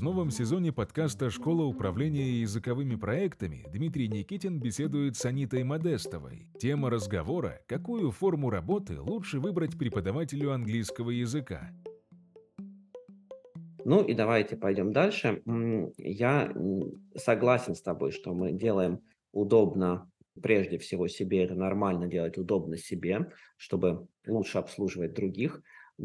новом сезоне подкаста «Школа управления языковыми проектами» Дмитрий Никитин беседует с Анитой Модестовой. Тема разговора – какую форму работы лучше выбрать преподавателю английского языка. Ну и давайте пойдем дальше. Я согласен с тобой, что мы делаем удобно прежде всего себе, это нормально делать удобно себе, чтобы лучше обслуживать других,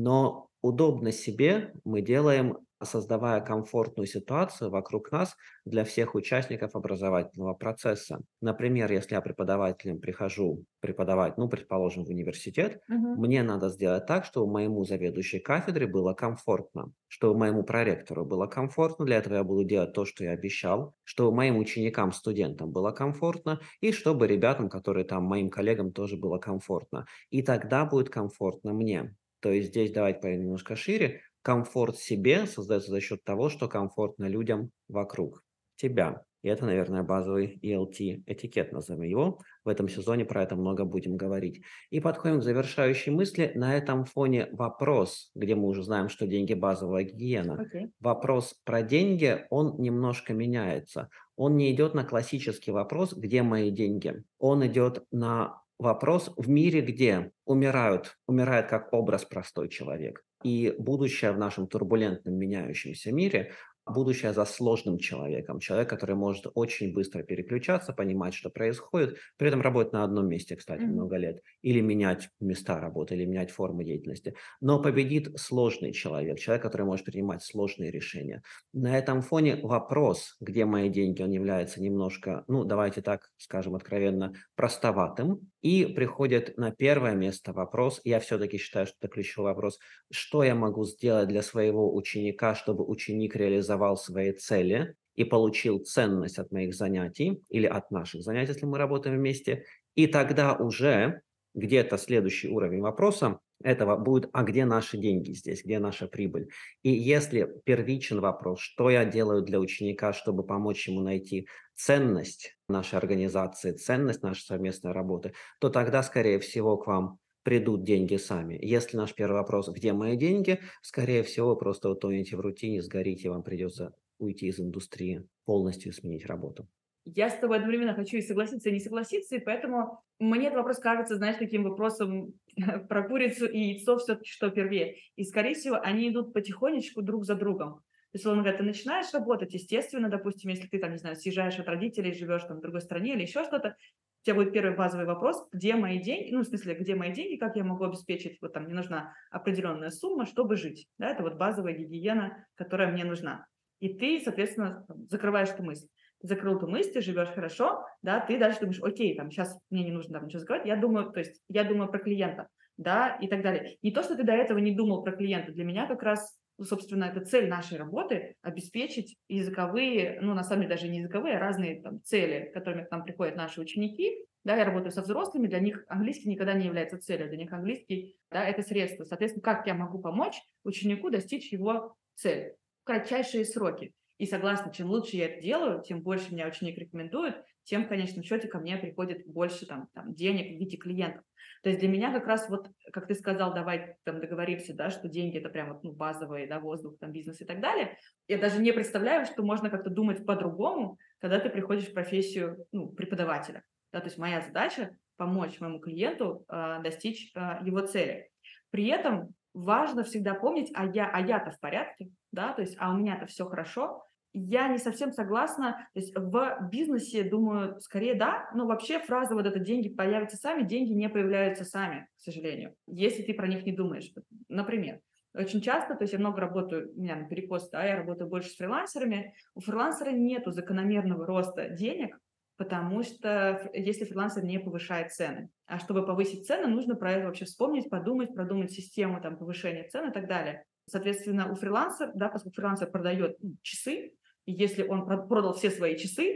но удобно себе мы делаем, создавая комфортную ситуацию вокруг нас для всех участников образовательного процесса. Например, если я преподавателем прихожу преподавать, ну, предположим, в университет, Мгм. мне надо сделать так, чтобы моему заведующей кафедры было комфортно, чтобы моему проректору было комфортно. Для этого я буду делать то, что я обещал, чтобы моим ученикам, студентам было комфортно, и чтобы ребятам, которые там, моим коллегам, тоже было комфортно. И тогда будет комфортно мне. То есть здесь давайте пойдем немножко шире. Комфорт себе создается за счет того, что комфортно людям вокруг тебя. И это, наверное, базовый ELT-этикет, назовем его. В этом сезоне про это много будем говорить. И подходим к завершающей мысли. На этом фоне вопрос, где мы уже знаем, что деньги – базовая гигиена. Окей. Вопрос про деньги, он немножко меняется. Он не идет на классический вопрос «где мои деньги?». Он идет на вопрос в мире, где умирает как образ простой человек. И будущее в нашем турбулентном меняющемся мире – будущее за сложным человеком. Человек, который может очень быстро переключаться, понимать, что происходит, при этом работать на одном месте, кстати, Мгм. много лет, или менять места работы, или менять формы деятельности. Но победит сложный человек, который может принимать сложные решения. На этом фоне вопрос, где мои деньги, он является немножко, ну, давайте так скажем откровенно, простоватым. И приходит на первое место вопрос, я все-таки считаю, что это ключевой вопрос, что я могу сделать для своего ученика, чтобы ученик реализовал свои цели и получил ценность от моих занятий или от наших занятий, если мы работаем вместе. И тогда уже где-то следующий уровень вопроса этого будет, а где наши деньги здесь, где наша прибыль? И если первичен вопрос, что я делаю для ученика, чтобы помочь ему найти ценность нашей организации, ценность нашей совместной работы, то тогда, скорее всего, к вам придут деньги сами. Если наш первый вопрос «где мои деньги?», скорее всего, вы просто утонете в рутине, сгорите, вам придется уйти из индустрии, полностью сменить работу. Я с тобой одновременно хочу и согласиться, и не согласиться, и поэтому мне этот вопрос кажется, знаешь, таким вопросом про курицу и яйцо все-таки что первее. И, скорее всего, они идут потихонечку друг за другом. То есть, условно говоря, ты начинаешь работать, естественно, допустим, если ты там, не знаю, съезжаешь от родителей, живешь там в другой стране или еще что-то, у тебя будет первый базовый вопрос, где мои деньги, ну, в смысле, где мои деньги, как я могу обеспечить, вот там мне нужна определенная сумма, чтобы жить. Да, это вот базовая гигиена, которая мне нужна. И ты, соответственно, закрываешь эту мысль. Ты закрыл эту мысль, ты живешь хорошо, да, ты дальше думаешь, окей, там, сейчас мне не нужно там ничего закрывать, я думаю, то есть я думаю про клиента, да, и так далее. Не то, что ты до этого не думал про клиента, для меня как раз, ну, собственно, это цель нашей работы – обеспечить языковые, ну, на самом деле даже не языковые, а разные там цели, которыми к нам приходят наши ученики. Да, я работаю со взрослыми, для них английский никогда не является целью, для них английский, да, это средство. Соответственно, как я могу помочь ученику достичь его цели в кратчайшие сроки? И согласна, чем лучше я это делаю, тем больше меня ученик рекомендует, тем в конечном счете ко мне приходит больше там денег в виде клиентов. То есть для меня как раз вот, как ты сказал, давай там договоримся, да, что деньги это прям вот, ну, базовые, да, воздух, там, бизнес и так далее. Я даже не представляю, что можно как-то думать по-другому, когда ты приходишь в профессию, ну, преподавателя. Да, то есть моя задача помочь моему клиенту достичь его цели. При этом важно всегда помнить, я-то в порядке, да, то есть, а у меня-то все хорошо. Я не совсем согласна, то есть в бизнесе, думаю, скорее да, но вообще фраза вот это «деньги появятся сами», деньги не появляются сами, к сожалению, если ты про них не думаешь. Например, очень часто, то есть я много работаю, у меня на перекос, да, я работаю больше с фрилансерами, у фрилансера нету закономерного роста денег, потому что если фрилансер не повышает цены. А чтобы повысить цены, нужно про это вообще вспомнить, подумать, продумать систему там, повышения цен и так далее. Соответственно, у фрилансера, да, поскольку фрилансер продает часы, и если он продал все свои часы,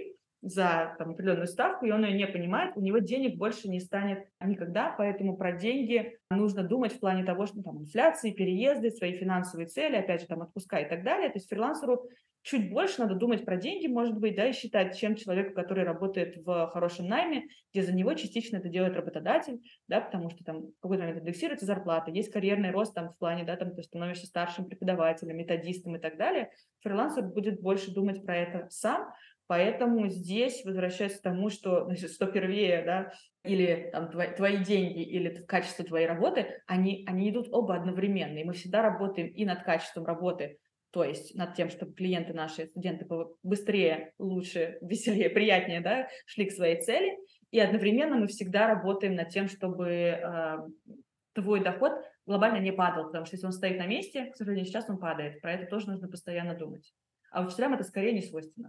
за там, определенную ставку, и он ее не понимает, у него денег больше не станет никогда, поэтому про деньги нужно думать в плане того, что там инфляции, переезды, свои финансовые цели, опять же, там отпуска и так далее. То есть фрилансеру чуть больше надо думать про деньги, может быть, да, и считать, чем человеку, который работает в хорошем найме, где за него частично это делает работодатель, да, потому что там в какой-то момент индексируется зарплата, есть карьерный рост там в плане, да, там ты становишься старшим преподавателем, методистом и так далее. Фрилансер будет больше думать про это сам, поэтому здесь, возвращаясь к тому, что, значит, что первее, да, или там твои деньги, или качество твоей работы, они идут оба одновременно. И мы всегда работаем и над качеством работы, то есть над тем, чтобы клиенты наши, студенты быстрее, лучше, веселее, приятнее, да, шли к своей цели. И одновременно мы всегда работаем над тем, чтобы твой доход глобально не падал, потому что если он стоит на месте, к сожалению, сейчас он падает. Про это тоже нужно постоянно думать. А учителям это скорее не свойственно.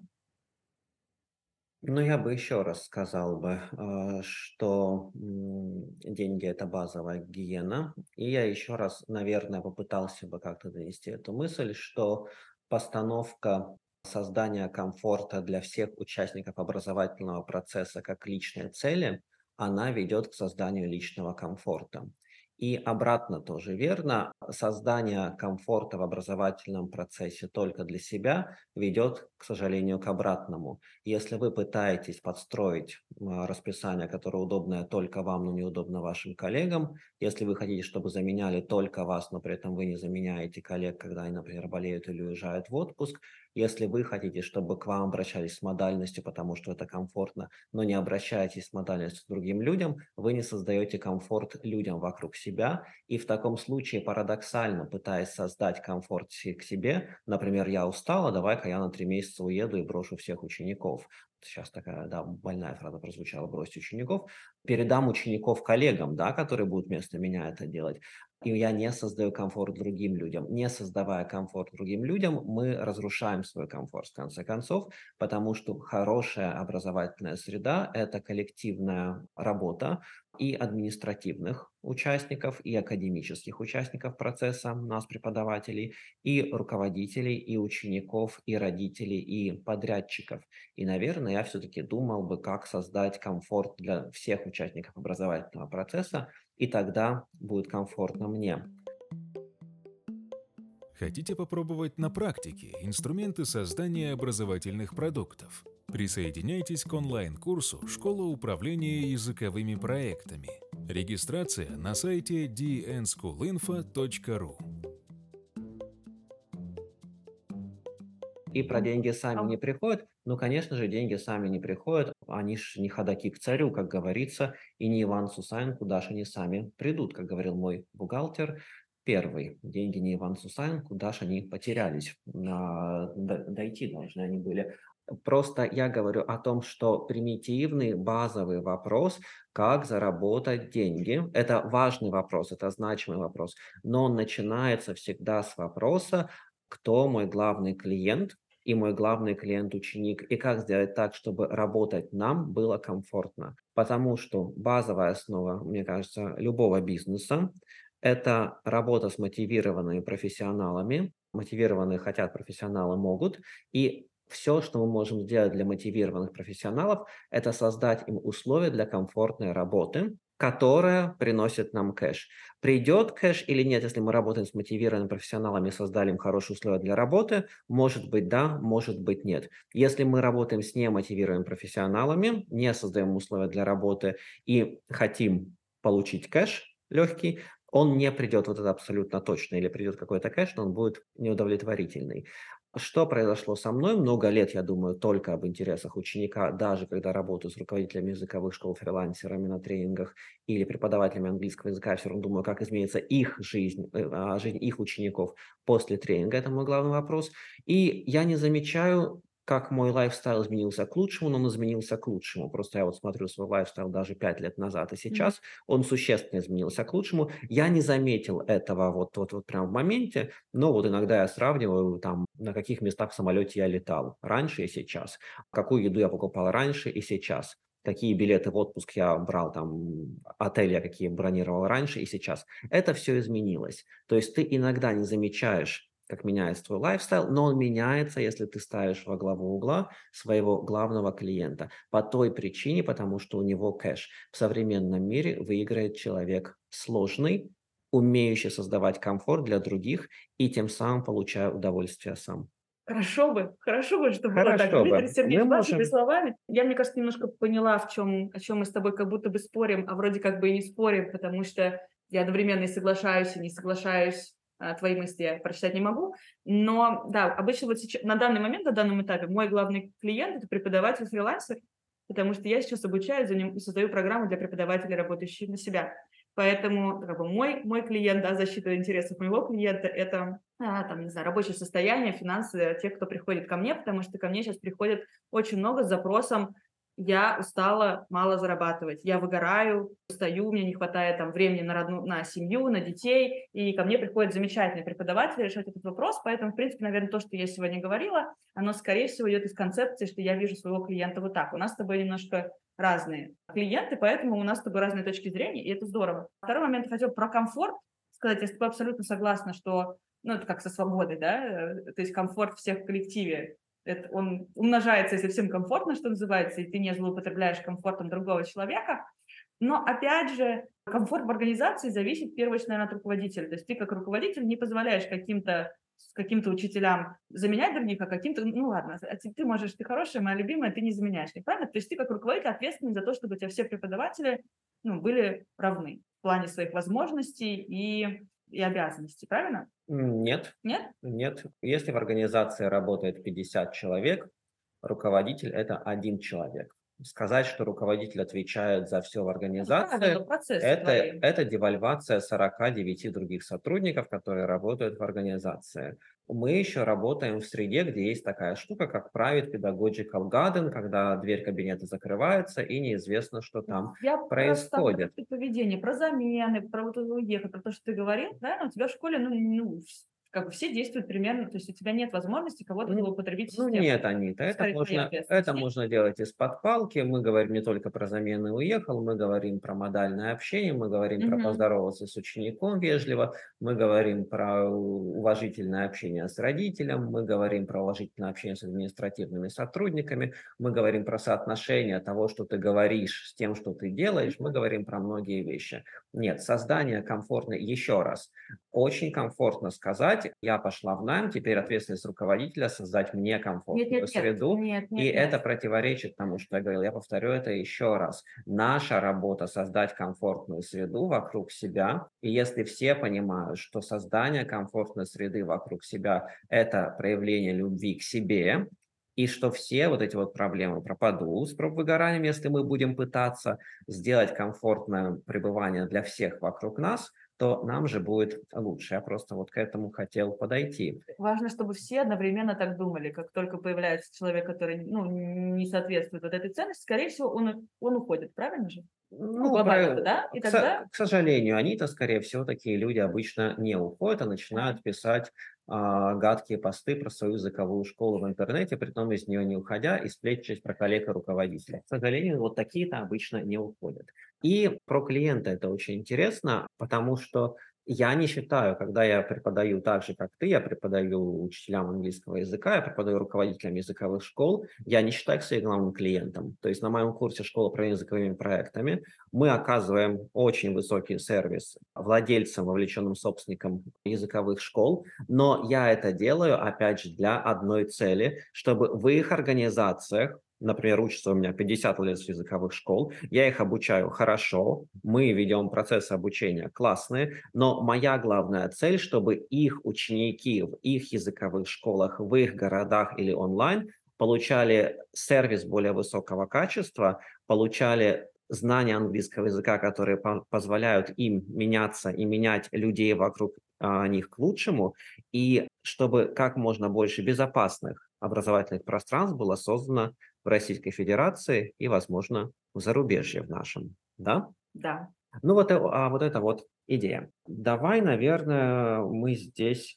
Ну, я бы еще раз сказал бы, что деньги – это базовая гигиена. И я еще раз, наверное, попытался бы как-то донести эту мысль, что постановка создания комфорта для всех участников образовательного процесса как личной цели, она ведет к созданию личного комфорта. И обратно тоже верно. Создание комфорта в образовательном процессе только для себя ведет, к сожалению, к обратному. Если вы пытаетесь подстроить расписание, которое удобное только вам, но неудобно вашим коллегам, если вы хотите, чтобы заменяли только вас, но при этом вы не заменяете коллег, когда они, например, болеют или уезжают в отпуск, если вы хотите, чтобы к вам обращались с модальностью, потому что это комфортно, но не обращаетесь с модальностью к другим людям, вы не создаете комфорт людям вокруг себя. И в таком случае парадоксально, пытаясь создать комфорт к себе, например, я устала, давай-ка я на 3 месяца уеду и брошу всех учеников. Сейчас такая, да, больная фраза прозвучала, бросить учеников. Передам учеников коллегам, да, которые будут вместо меня это делать. И я не создаю комфорт другим людям. Не создавая комфорт другим людям, мы разрушаем свой комфорт, в конце концов, потому что хорошая образовательная среда – это коллективная работа и административных участников, и академических участников процесса, нас, преподавателей, и руководителей, и учеников, и родителей, и подрядчиков. И, наверное, я все-таки думал бы, как создать комфорт для всех участников образовательного процесса, и тогда будет комфортно мне. Хотите попробовать на практике инструменты создания образовательных продуктов? Присоединяйтесь к онлайн-курсу «Школа управления языковыми проектами». Регистрация на сайте dnschoolinfo.ru. И про деньги сами не приходят. Ну, конечно же, деньги сами не приходят. Они ж не ходаки к царю, как говорится, и не Иван Сусанин, куда же они сами придут, как говорил мой бухгалтер первый. Деньги не Иван Сусанин, куда же они потерялись. Дойти должны они были. Просто я говорю о том, что примитивный базовый вопрос, как заработать деньги, это важный вопрос, это значимый вопрос, но он начинается всегда с вопроса, кто мой главный клиент, и мой главный клиент-ученик, и как сделать так, чтобы работать нам было комфортно. Потому что базовая основа, мне кажется, любого бизнеса – это работа с мотивированными профессионалами. Мотивированные хотят, профессионалы могут. И все, что мы можем сделать для мотивированных профессионалов, это создать им условия для комфортной работы, которая приносит нам кэш. Придет кэш или нет, если мы работаем с мотивированными профессионалами и создали им хорошие условия для работы, может быть да, может быть нет. Если мы работаем с немотивированными профессионалами, не создаем условия для работы и хотим получить кэш легкий, он не придет, вот это абсолютно точно, или придет какой-то кэш, но он будет неудовлетворительный. Что произошло со мной? Много лет я думаю только об интересах ученика, даже когда работаю с руководителями языковых школ, фрилансерами на тренингах или преподавателями английского языка, я все равно думаю, как изменится их жизнь, жизнь их учеников после тренинга. Это мой главный вопрос. И я не замечаю, как мой лайфстайл изменился к лучшему, но он изменился к лучшему. Просто я вот смотрю свой лайфстайл даже 5 лет назад и сейчас, он существенно изменился к лучшему. Я не заметил этого вот прямо в моменте, но вот иногда я сравниваю, там, на каких местах в самолете я летал раньше и сейчас, какую еду я покупал раньше и сейчас, какие билеты в отпуск я брал, там, отели я какие бронировал раньше и сейчас. Это все изменилось. То есть ты иногда не замечаешь, как меняется твой лайфстайл, но он меняется, если ты ставишь во главу угла своего главного клиента. По той причине, потому что у него кэш. В современном мире выиграет человек сложный, умеющий создавать комфорт для других и тем самым получая удовольствие сам. Хорошо бы, чтобы было так. Хорошо Дмитрий бы. Мы Сергеевич, вашими можем. словами, я, мне кажется, немножко поняла, о чем мы с тобой как будто бы спорим, а вроде как бы и не спорим, потому что я одновременно и соглашаюсь, и не соглашаюсь, твои мысли я прочитать не могу. Но да, обычно вот на данный момент, на данном этапе мой главный клиент – это преподаватель-фрилансер, потому что я сейчас обучаю за ним и создаю программу для преподавателей, работающих на себя. Поэтому как бы мой клиент, да, защита интересов моего клиента – это там, не знаю, рабочее состояние, финансы тех, кто приходит ко мне, потому что ко мне сейчас приходит очень много с запросом: я устала мало зарабатывать, я выгораю, устаю, мне не хватает там времени на семью, на детей, и ко мне приходят замечательные преподаватели решать этот вопрос, поэтому, в принципе, наверное, то, что я сегодня говорила, оно, скорее всего, идет из концепции, что я вижу своего клиента вот так. У нас с тобой немножко разные клиенты, поэтому у нас с тобой разные точки зрения, и это здорово. Второй момент хотел про комфорт сказать. Я с тобой абсолютно согласна, что, ну, это как со свободой, да, то есть комфорт всех в коллективе, он умножается, если всем комфортно, что называется, и ты не злоупотребляешь комфортом другого человека. Но, опять же, комфорт в организации зависит, в первую очередь, наверное, от руководителя. То есть ты как руководитель не позволяешь каким-то учителям заменять других, а каким-то, ну ладно, ты можешь, ты хорошая, моя любимая, ты не заменяешь их, правильно? То есть ты как руководитель ответственный за то, чтобы у тебя все преподаватели, ну, были равны в плане своих возможностей и обязанностей, правильно? Нет, Нет? нет. Если в организации работает 50 человек, руководитель – это один человек. Сказать, что руководитель отвечает за все в Это правильно, организации, процессы твои. это девальвация 49 других сотрудников, которые работают в организации. Мы еще работаем в среде, где есть такая штука, как Private Pedagogical Garden, когда дверь кабинета закрывается и неизвестно, что там Я про происходит. стандарты поведения, про замены, про вот это уехать, про то, что ты говорил, правильно? У тебя в школе, как бы все действуют примерно, то есть у тебя нет возможности кого-то злоупотребить Ну систему. нет, Анита, Скорее, твоя это ответственность, нет? можно делать из-под палки. Мы говорим не только про замены «уехал», мы говорим про модальное общение, мы говорим про Мгм. поздороваться с учеником вежливо, мы говорим про уважительное общение с родителем, мы говорим про уважительное общение с административными сотрудниками, мы говорим про соотношение того, что ты говоришь, с тем, что ты делаешь, мы говорим про многие вещи. Нет, создание комфортной, еще раз, очень комфортно сказать: я пошла в найм, теперь ответственность руководителя создать мне Нет, комфортную нет, нет, среду. нет, И нет, это нет. противоречит тому, что я говорил. Я повторю это еще раз. Наша работа – создать комфортную среду вокруг себя. И если все понимают, что создание комфортной среды вокруг себя – это проявление любви к себе, и что все вот эти вот проблемы пропадут с выгоранием, если мы будем пытаться сделать комфортное пребывание для всех вокруг нас, то нам же будет лучше. Я просто вот к этому хотел подойти. Важно, чтобы все одновременно так думали. Как только появляется человек, который, ну, не соответствует вот этой ценности, скорее всего, он уходит, правильно же? Ну, Ну, глобально-то, да? И тогда к сожалению, они-то, скорее всего, такие люди обычно не уходят, а начинают писать гадкие посты про свою языковую школу в интернете, притом из нее не уходя, и сплетничать про коллег и руководителя. К сожалению, вот такие-то обычно не уходят. И про клиента это очень интересно, потому что я не считаю, когда я преподаю так же, как ты, я преподаю учителям английского языка, я преподаю руководителям языковых школ, я не считаю их своим главным клиентом. То есть на моем курсе «Школа управления языковыми проектами» мы оказываем очень высокий сервис владельцам, вовлеченным собственникам языковых школ, но я это делаю, опять же, для одной цели, чтобы в их организациях, например, учатся у меня 50 владельцев языковых школ, я их обучаю хорошо, мы ведем процессы обучения классные, но моя главная цель, чтобы их ученики в их языковых школах, в их городах или онлайн получали сервис более высокого качества, получали знания английского языка, которые позволяют им меняться и менять людей вокруг них к лучшему, и чтобы как можно больше безопасных образовательных пространств было создано в Российской Федерации и, возможно, в зарубежье в нашем. Да? да. Ну вот, вот эта вот идея. Давай, наверное, мы здесь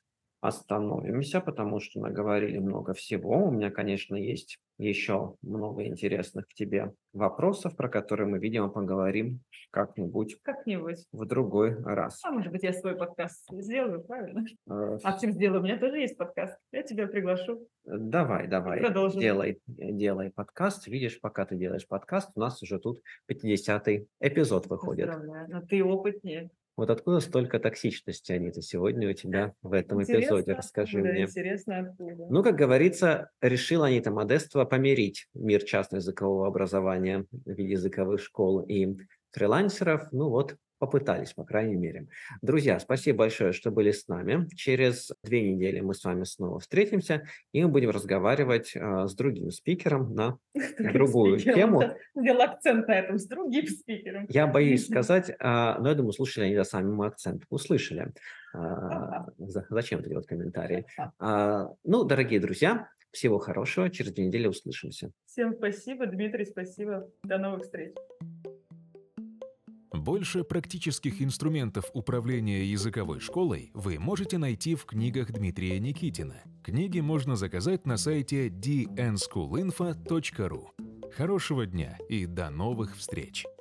остановимся, потому что наговорили много всего. У меня, конечно, есть еще много интересных к тебе вопросов, про которые мы, видимо, поговорим как-нибудь Как-нибудь. в другой раз. А может быть, я свой подкаст сделаю, правильно? Э, А чем сделаю? У меня тоже есть подкаст. Я тебя приглашу. Давай, Продолжим. делай подкаст. Видишь, пока ты делаешь подкаст, у нас уже тут 50-й эпизод выходит. Поздравляю. Но ты опытнее. Вот откуда столько токсичности, Анита, сегодня у тебя в этом эпизоде? Расскажи откуда, мне. интересно откуда. Ну, как говорится, решила Анита Модестова помирить мир частно-языкового образования в виде языковых школ и фрилансеров. Ну вот, попытались, по крайней мере. Друзья, спасибо большое, что были с нами. Через 2 недели мы с вами снова встретимся, и мы будем разговаривать с другим спикером на другую тему. Сделал акцент на этом с другим спикером. Я боюсь сказать, но я думаю, слушали они сами мой акцент. Услышали. Зачем ты делать комментарии? Ну, дорогие друзья, всего хорошего. Через 2 недели услышимся. Всем спасибо, Дмитрий, спасибо. До новых встреч. Больше практических инструментов управления языковой школой вы можете найти в книгах Дмитрия Никитина. Книги можно заказать на сайте dnschoolinfo.ru. Хорошего дня и до новых встреч!